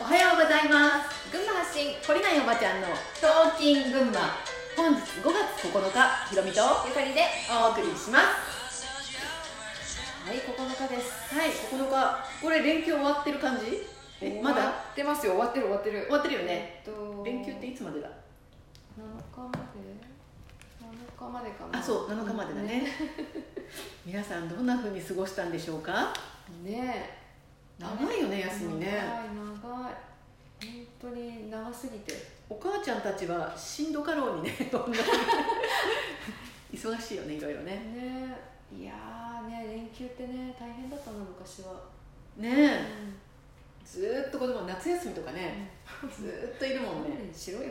おはようございます。 群馬発信懲りないおばちゃんのトーキン群馬。本日5月9日、ひろみとゆかりでお送りします。 はい、9日です。 はい、9日。これ連休終わってる感じ？まだ？ 終わってますよ。終わってる終わってるよね。連休っていつまでだ ？7日までかな。 あ、そう、7日までだね。皆さんどんな風に過ごしたんでしょうかね。 長いよね、休みね。 長い。本当に長すぎて。 お母ちゃんたちはしんどかろうにね、忙しいよね、いろいろね。 ね、いやーね、連休ってね、大変だったな、昔は。 ねえ、ずーっと子供、夏休みとかね、ずーっといるもんね。 しろよ。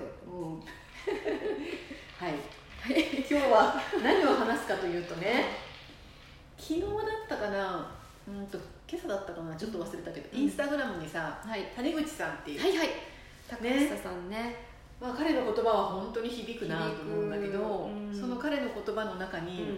はい。今日は何を話すかというとね、昨日だったかな、今朝だったかな、ちょっと忘れたけど、インスタグラムにさ、谷口さんっていう、 高下さんね、 彼の言葉は本当に響くなと思うんだけど、その彼の言葉の中に、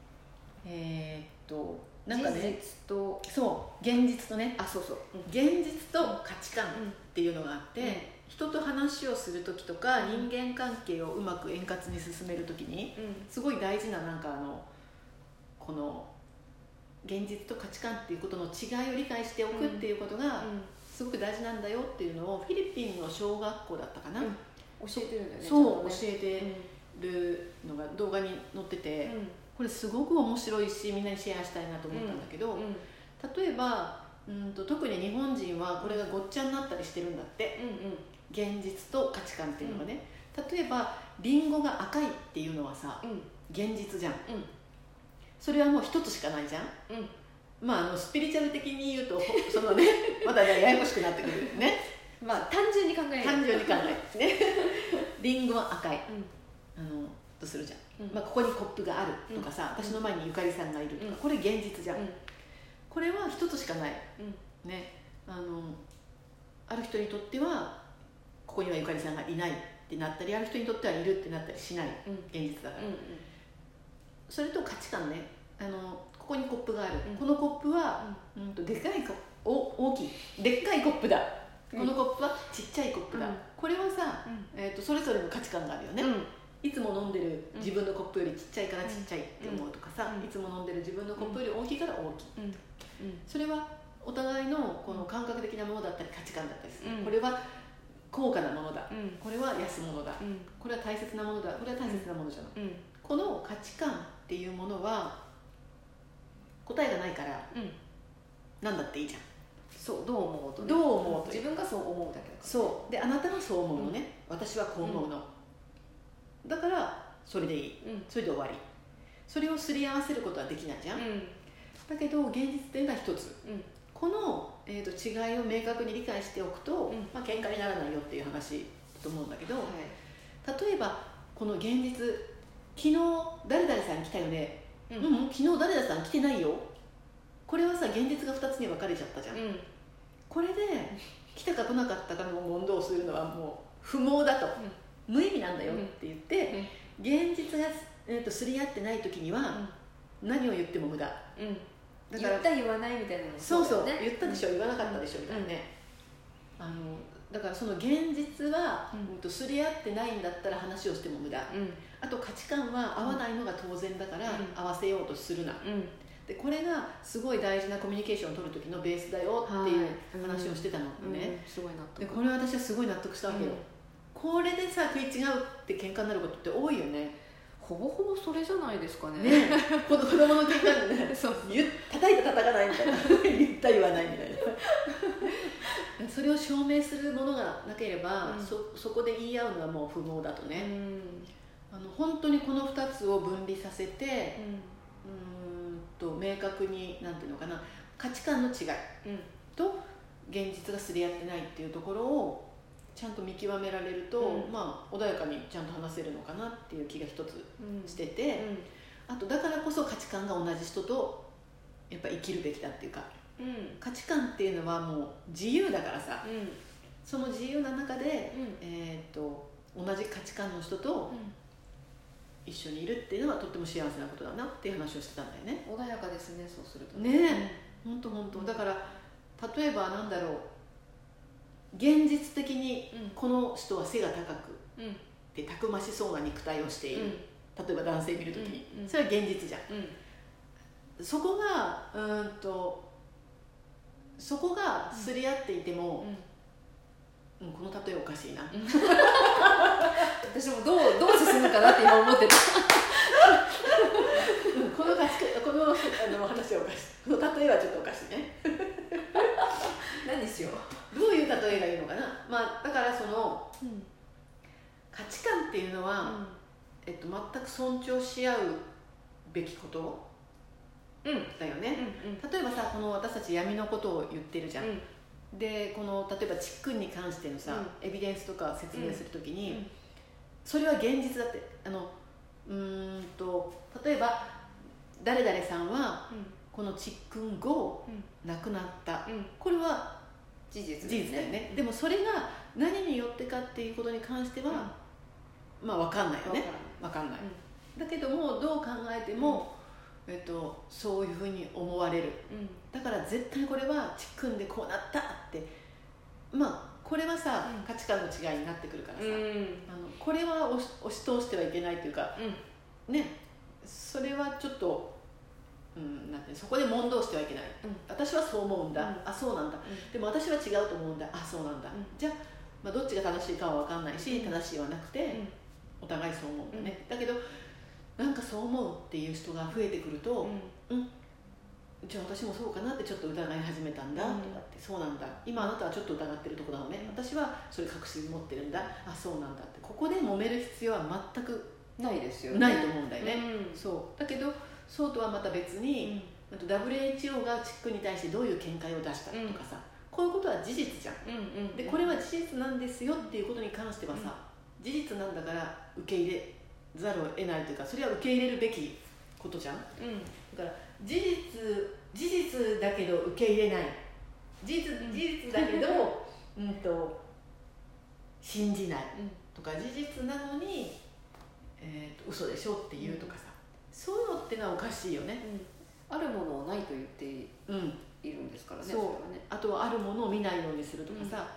なんかね、現実とね、現実と価値観っていうのがあって、人と話をする時とか、人間関係をうまく円滑に進める時に、すごい大事なこの現実と価値観っていうことの違いを理解しておくっていうことがすごく大事なんだよっていうのをフィリピンの小学校だったかな、 教えてるんだよね。 そう、教えてるのが動画に載ってて、これすごく面白いし、みんなにシェアしたいなと思ったんだけど、例えば特に日本人はこれがごっちゃになったりしてるんだって、現実と価値観っていうのがね、例えばリンゴが赤いっていうのはさ、現実じゃん、それはもう一つしかないじゃん、スピリチュアル的に言うとそのねまだねややこしくなってくるね。 単純に考えるねリンゴは赤い、とするじゃん、ここにコップがあるとかさ、私の前にゆかりさんがいるとか、これ現実じゃん、これは一つしかない、ね、ある人にとってはここにはゆかりさんがいないってなったり、ある人にとってはいるってなったりしない、現実だから、それと価値観ね、ここにコップがある、このコップは、でかい大きいでっかいコップだ、このコップはちっちゃいコップだ、これはさ、それぞれの価値観があるよね、いつも飲んでる自分のコップよりちっちゃいからちっちゃいって思うとかさ、いつも飲んでる自分のコップより大きいから大きい、それはお互いのこの感覚的なものだったり価値観だったりする、これは高価なものだ、これは安物だ、これは大切なものだ、これは大切なものじゃない、この価値観っていうものは答えがないから、何だっていいじゃん。 そう、どう思うとね、 どう思うと、 自分がそう思うだけだから、 そうで、あなたはそう思うのね、私はこう思うの、だからそれでいい、それで終わり。それをすり合わせることはできないじゃん、だけど現実っていうのは一つ、この、違いを明確に理解しておくと、喧嘩にならないよっていう話だと思うんだけど、例えばこの現実、昨日誰々さん来たよね、昨日誰々さん来てないよ、これはさ、現実が2つに分かれちゃったじゃん、これで来たか来なかったかの問答をするのはもう不毛だと、無意味なんだよって言って、現実が、すり合ってない時には、何を言っても無駄、 だから言った言わないみたいなの、 そう言ったでしょ、言わなかったでしょみたいなね、だからその現実は、すり合ってないんだったら話をしても無駄、あと価値観は合わないのが当然だから、合わせようとするな、でこれがすごい大事なコミュニケーションを取る時のベースだよっていう話をしてたのね、 すごい納得。 でこれは私はすごい納得したわけよ、これでさ、食い違うって喧嘩になることって多いよね。 ほぼほぼそれじゃないですかね。 子供の喧嘩でね叩いて叩かないみたいな言った言わないみたいなそれを証明するものがなければ、そこで言い合うのはもう不毛だとね、本当にこの2つを分離させて、明確になんていうのかな、価値観の違いと現実がすり合ってないっていうところをちゃんと見極められると、穏やかにちゃんと話せるのかなっていう気が一つしてて、あとだからこそ価値観が同じ人とやっぱ生きるべきだっていうか、価値観っていうのはもう自由だからさ、その自由な中で、同じ価値観の人と一緒にいるっていうのはとっても幸せなことだなっていう話をしてたんだよね。 穏やかですね、そうするとね。本当だから例えばなんだろう、 現実的にうんこの人は背が高くうんてたくましそうな肉体をしている、例えば男性見るときに、 うんうんそれは現実じゃん。 うんそこがそこがすり合っていても、この例えおかしいな、 私もどう進むかなって今思ってたこの話はおかしい、この例えはちょっとおかしいね何しよどういう例えがいいのかな。だからそのう、 価値観っていうのは、全く尊重し合うべきことだよね。例えばさ、この私たち闇のことを言ってるじゃん、でこの例えばチックンに関してのさ、エビデンスとか説明するときに、それは現実だって、例えば誰々さんはこのチックン後亡くなった、これは事実だよね。でもそれが何によってかっていうことに関しては、まあ分かんないよね。分かんない、だけどもどう考えても、そういうふうに思われる、だから絶対これはチックンでこうなったって、これはさ、価値観の違いになってくるからさ、これは押し通してはいけないというか、ね、それはちょっと、なんてそこで問答してはいけない、私はそう思うんだ、あそうなんだ、でも私は違うと思うんだ、あそうなんだ、じゃあ、どっちが正しいかは分かんないし、正しいはなくて、お互いそう思うんだね、だけどなんかそう思うっていう人が増えてくると、じゃあ私もそうかなってちょっと疑い始めたんだとかって、そうなんだ、今あなたはちょっと疑ってるところなのね、私はそれ確信持ってるんだ、あそうなんだって、ここで揉める必要は全くないですよね。 ないと思うんだよね、そうだけどそうとはまた別に、WHO がチックに対してどういう見解を出したとかさ、こういうことは事実じゃん、でこれは事実なんですよっていうことに関してはさ、事実なんだから受け入れざるを得ないというか、それは受け入れるべきことじゃん、だから事実だけど受け入れない、事実だけど信じないとか、事実なのに、嘘でしょっていうとかさ、そういうのってのはおかしいよね、 あるものをないと言っているんですからね。 そう、あとはあるものを見ないようにするとかさ、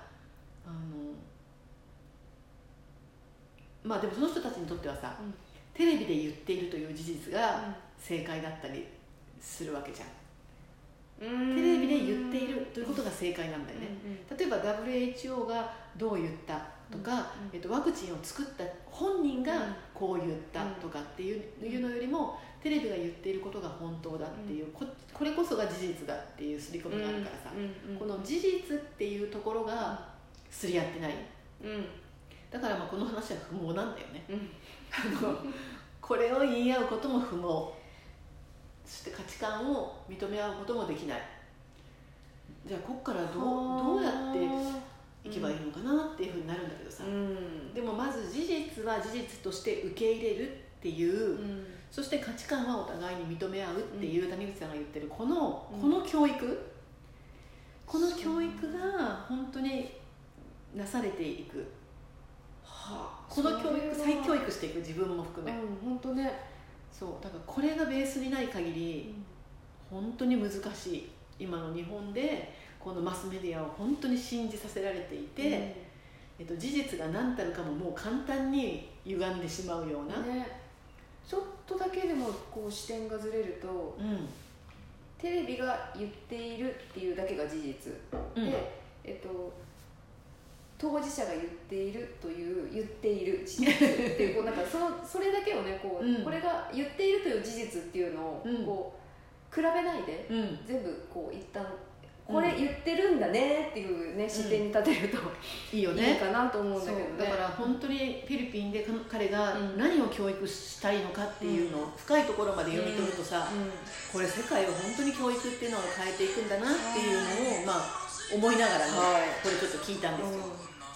でもその人たちにとってはさ、テレビで言っているという事実が正解だったりするわけじゃん。テレビで言っているということが正解なんだよね、例えば WHO がどう言ったとか、ワクチンを作った本人がこう言ったとかっていうのよりも、テレビが言っていることが本当だっていう、これこそが事実だっていう刷り込みがあるからさ、この事実っていうところがすり合ってない、だからこの話は不毛なんだよね、これを言い合うことも不毛、そして価値観を認め合うこともできない。じゃあここからどうやっていけばいいのかなっていうふうになるんだけどさ、でもまず事実は事実として受け入れるっていう、そして価値観はお互いに認め合うっていう、谷口さんが言ってるこの教育、この教育が本当になされていく、この教育再教育していく、自分も含め、 本当ね。 そうだからこれがベースにない限り、本当に難しい。今の日本でこのマスメディアを本当に信じさせられていて、事実が何たるかももう簡単に歪んでしまうような、 ちょっとだけでもこう視点がずれると、テレビが言っているっていうだけが事実、で、当事者が言っているという言っている事実っていうなんかそれだけをねこれが言っているという事実っていうのをこう比べないで、全部こう一旦これ言ってるんだねっていうね、視点に立てるといいよね、いいかなと思うんだけどね。 だから本当にフィリピンで彼が何を教育したいのかっていうのを深いところまで読み取るとさ、これ世界を本当に教育っていうのを変えていくんだなっていうのを思いながらね、これちょっと聞いたんですよ。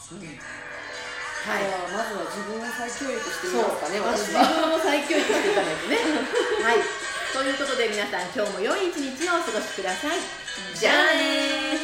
はい、まずは自分を再教育してみますかね。 自分を再教育していかないとね。はい。ということで皆さん、今日も良い一日をお過ごしください。じゃあねー。